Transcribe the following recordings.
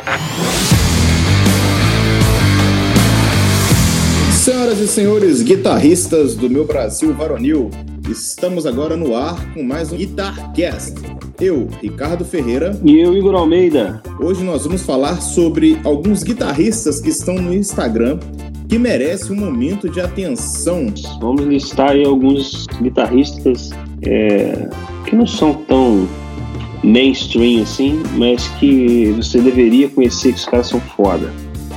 Senhoras e senhores guitarristas do meu Brasil varonil, estamos agora no ar com mais um Guitarcast. Eu, Ricardo Ferreira. E eu, Igor Almeida. Hoje nós vamos falar sobre alguns guitarristas que estão no Instagram que merecem um momento de atenção. Vamos listar aí alguns guitarristas que não são tão mainstream assim, mas que você deveria conhecer, que os caras são foda.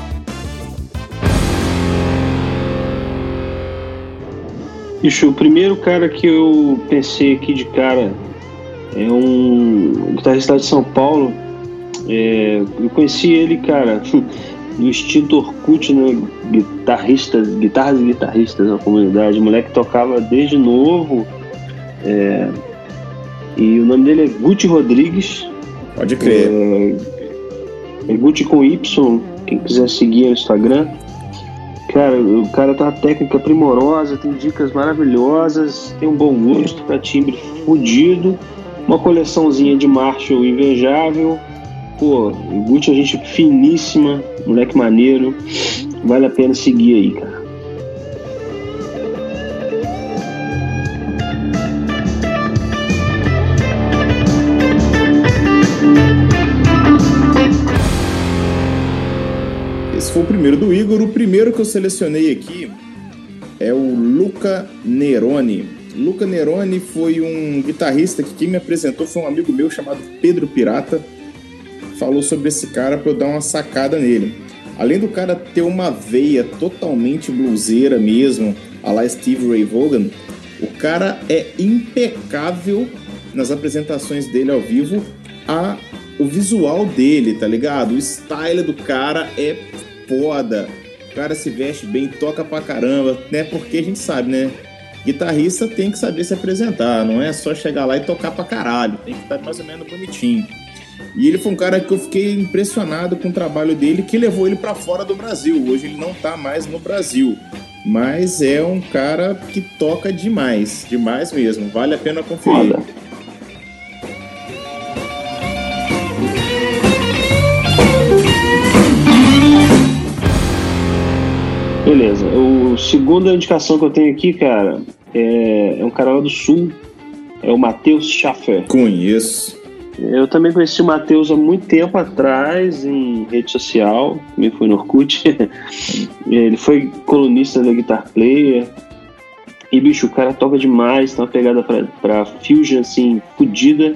Bicho, o primeiro cara que eu pensei aqui de cara é um guitarrista de São Paulo. Eu conheci ele, cara, do extinto Orkut, né? Guitarras e guitarristas na comunidade. O moleque tocava desde novo. E o nome dele é Guti Rodrigues. Pode crer. É Guti com Y, quem quiser seguir no Instagram. Cara, o cara tem uma técnica primorosa, tem dicas maravilhosas, tem um bom gosto pra timbre fudido, uma coleçãozinha de Marshall invejável. Pô, o Guti é gente finíssima, moleque maneiro, vale a pena seguir aí, cara. Esse foi o primeiro do Igor. O primeiro que eu selecionei aqui é o Luca Neroni. Luca Neroni foi um guitarrista que quem me apresentou foi um amigo meu chamado Pedro Pirata. Falou sobre esse cara para eu dar uma sacada nele. Além do cara ter uma veia totalmente bluseira mesmo, a la Steve Ray Vaughan, o cara é impecável nas apresentações dele ao vivo. O visual dele, tá ligado? O style do cara é foda. O cara se veste bem, toca pra caramba, né? Porque a gente sabe, né? Guitarrista tem que saber se apresentar, não é só chegar lá e tocar pra caralho. Tem que estar mais ou menos bonitinho. E ele foi um cara que eu fiquei impressionado com o trabalho dele, que levou ele pra fora do Brasil. Hoje ele não tá mais no Brasil, mas é um cara que toca demais, demais mesmo. Vale a pena conferir. Foda. Beleza, a segunda indicação que eu tenho aqui, cara, é um cara lá do Sul, é o Matheus Schaffer. Conheço. Eu também conheci o Matheus há muito tempo atrás, em rede social, também foi no Orkut. Ele foi colunista da Guitar Player. E, bicho, o cara toca demais, tem uma pegada pra fusion, assim, fodida.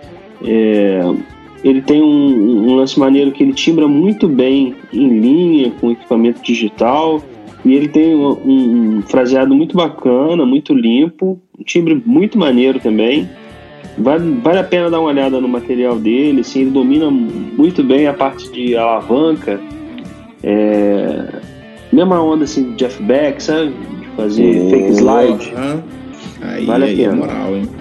Ele tem um lance maneiro que ele timbra muito bem em linha, com equipamento digital. E ele tem um fraseado muito bacana, muito limpo, um timbre muito maneiro também. Vale a pena dar uma olhada no material dele, assim, ele domina muito bem a parte de alavanca. Mesma onda assim, de Jeff Beck, sabe? De fazer fake slide. Aí, vale a pena. É moral, hein?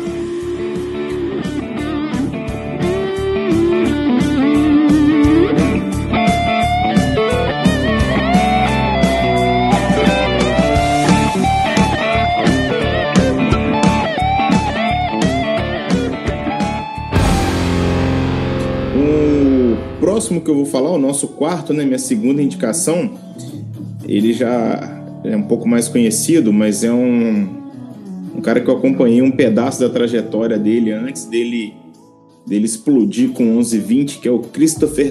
O próximo que eu vou falar, o nosso quarto, né, minha segunda indicação, ele já é um pouco mais conhecido, mas é um cara que eu acompanhei um pedaço da trajetória dele antes dele explodir com 1120, que é o Christopher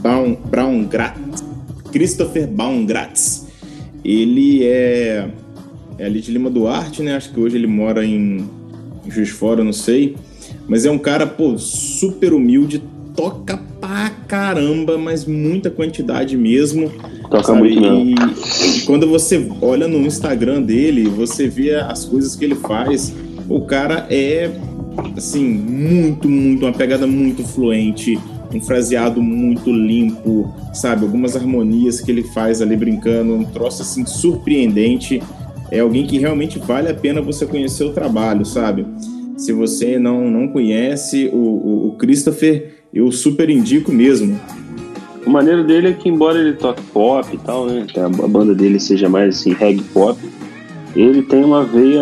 Baumgratz. Ele é ali de Lima Duarte, né? Acho que hoje ele mora em Juiz de Fora, não sei. Mas é um cara, pô, super humilde, toca pra caramba, mas muita quantidade mesmo. Toca sabe? muito mesmo. E quando você olha no Instagram dele, você vê as coisas que ele faz. O cara é, assim, muito, uma pegada muito fluente, um fraseado muito limpo, sabe? Algumas harmonias que ele faz ali brincando, um troço, assim, surpreendente. É alguém que realmente vale a pena você conhecer o trabalho, sabe? Se você não conhece o Christopher, eu super indico mesmo. O maneiro dele é que, embora ele toque pop e tal, né, que a banda dele seja mais assim, reggae pop, ele tem uma veia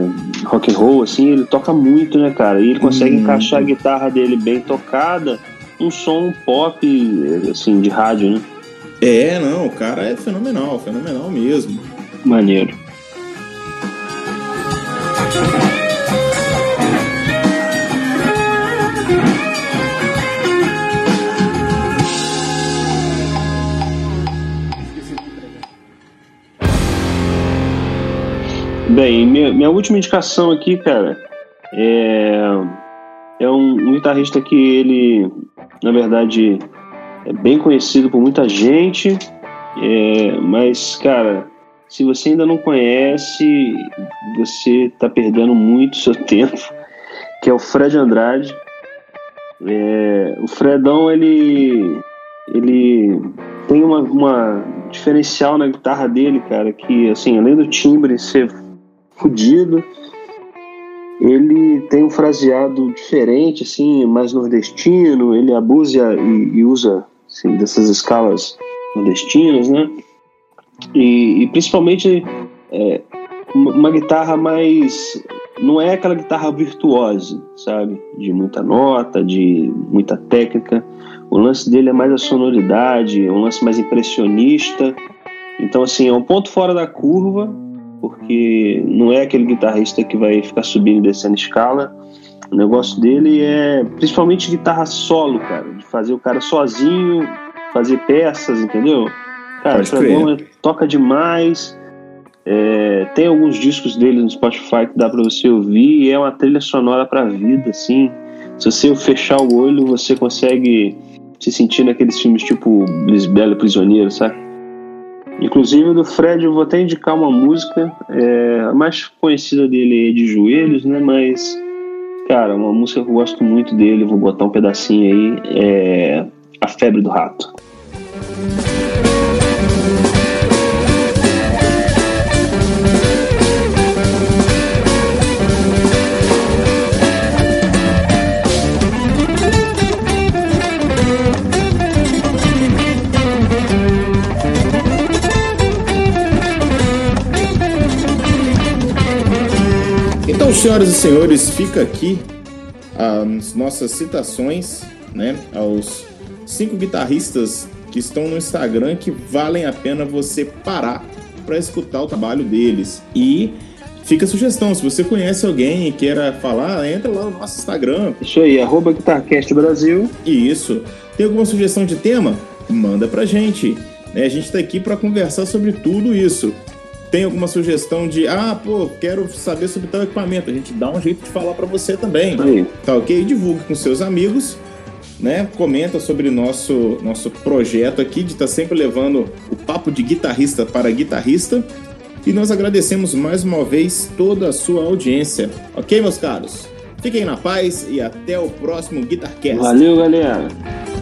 rock and roll, assim, ele toca muito, né, cara? E ele consegue encaixar a guitarra dele bem tocada um som pop, assim, de rádio, né? Não, o cara é fenomenal mesmo. Maneiro. Bem, minha última indicação aqui, cara, é um guitarrista que ele, na verdade, é bem conhecido por muita gente, mas, cara, se você ainda não conhece, você tá perdendo muito seu tempo, que é o Fred Andrade. O Fredão, ele tem uma diferencial na guitarra dele, cara, que, assim, além do timbre ser fudido, ele tem um fraseado diferente, assim, mais nordestino. Ele abusa e usa, assim, dessas escalas nordestinas, né? E principalmente uma guitarra mais... Não é aquela guitarra virtuosa, sabe? De muita nota, de muita técnica. O lance dele é mais a sonoridade, é um lance mais impressionista. Então, assim, é um ponto fora da curva, porque não é aquele guitarrista que vai ficar subindo e descendo escala. O negócio dele é principalmente guitarra solo, cara, de fazer o cara sozinho, fazer peças, entendeu? Cara, o Fredão toca demais. Tem alguns discos dele no Spotify que dá pra você ouvir, e é uma trilha sonora pra vida, assim. Se você fechar o olho, você consegue se sentir naqueles filmes tipo Lisbela Prisioneiro, sabe? Inclusive, do Fred, eu vou até indicar uma música, a mais conhecida dele é De Joelhos, né? Mas, cara, uma música que eu gosto muito dele, vou botar um pedacinho aí, é A Febre do Rato. Então, senhoras e senhores, fica aqui as nossas citações, né, aos 5 guitarristas que estão no Instagram que valem a pena você parar para escutar o trabalho deles. E fica a sugestão, se você conhece alguém e queira falar, entra lá no nosso Instagram. Isso aí, @Guitarcast Brasil. Isso. Tem alguma sugestão de tema? Manda pra gente. A gente tá aqui para conversar sobre tudo isso. Tem alguma sugestão de, quero saber sobre tal equipamento, a gente dá um jeito de falar para você também. Aí. Tá ok? Divulgue com seus amigos, né? Comenta sobre nosso projeto aqui de estar sempre levando o papo de guitarrista para guitarrista. E nós agradecemos mais uma vez toda a sua audiência. Ok, meus caros? Fiquem na paz e até o próximo Guitarcast. Valeu, galera!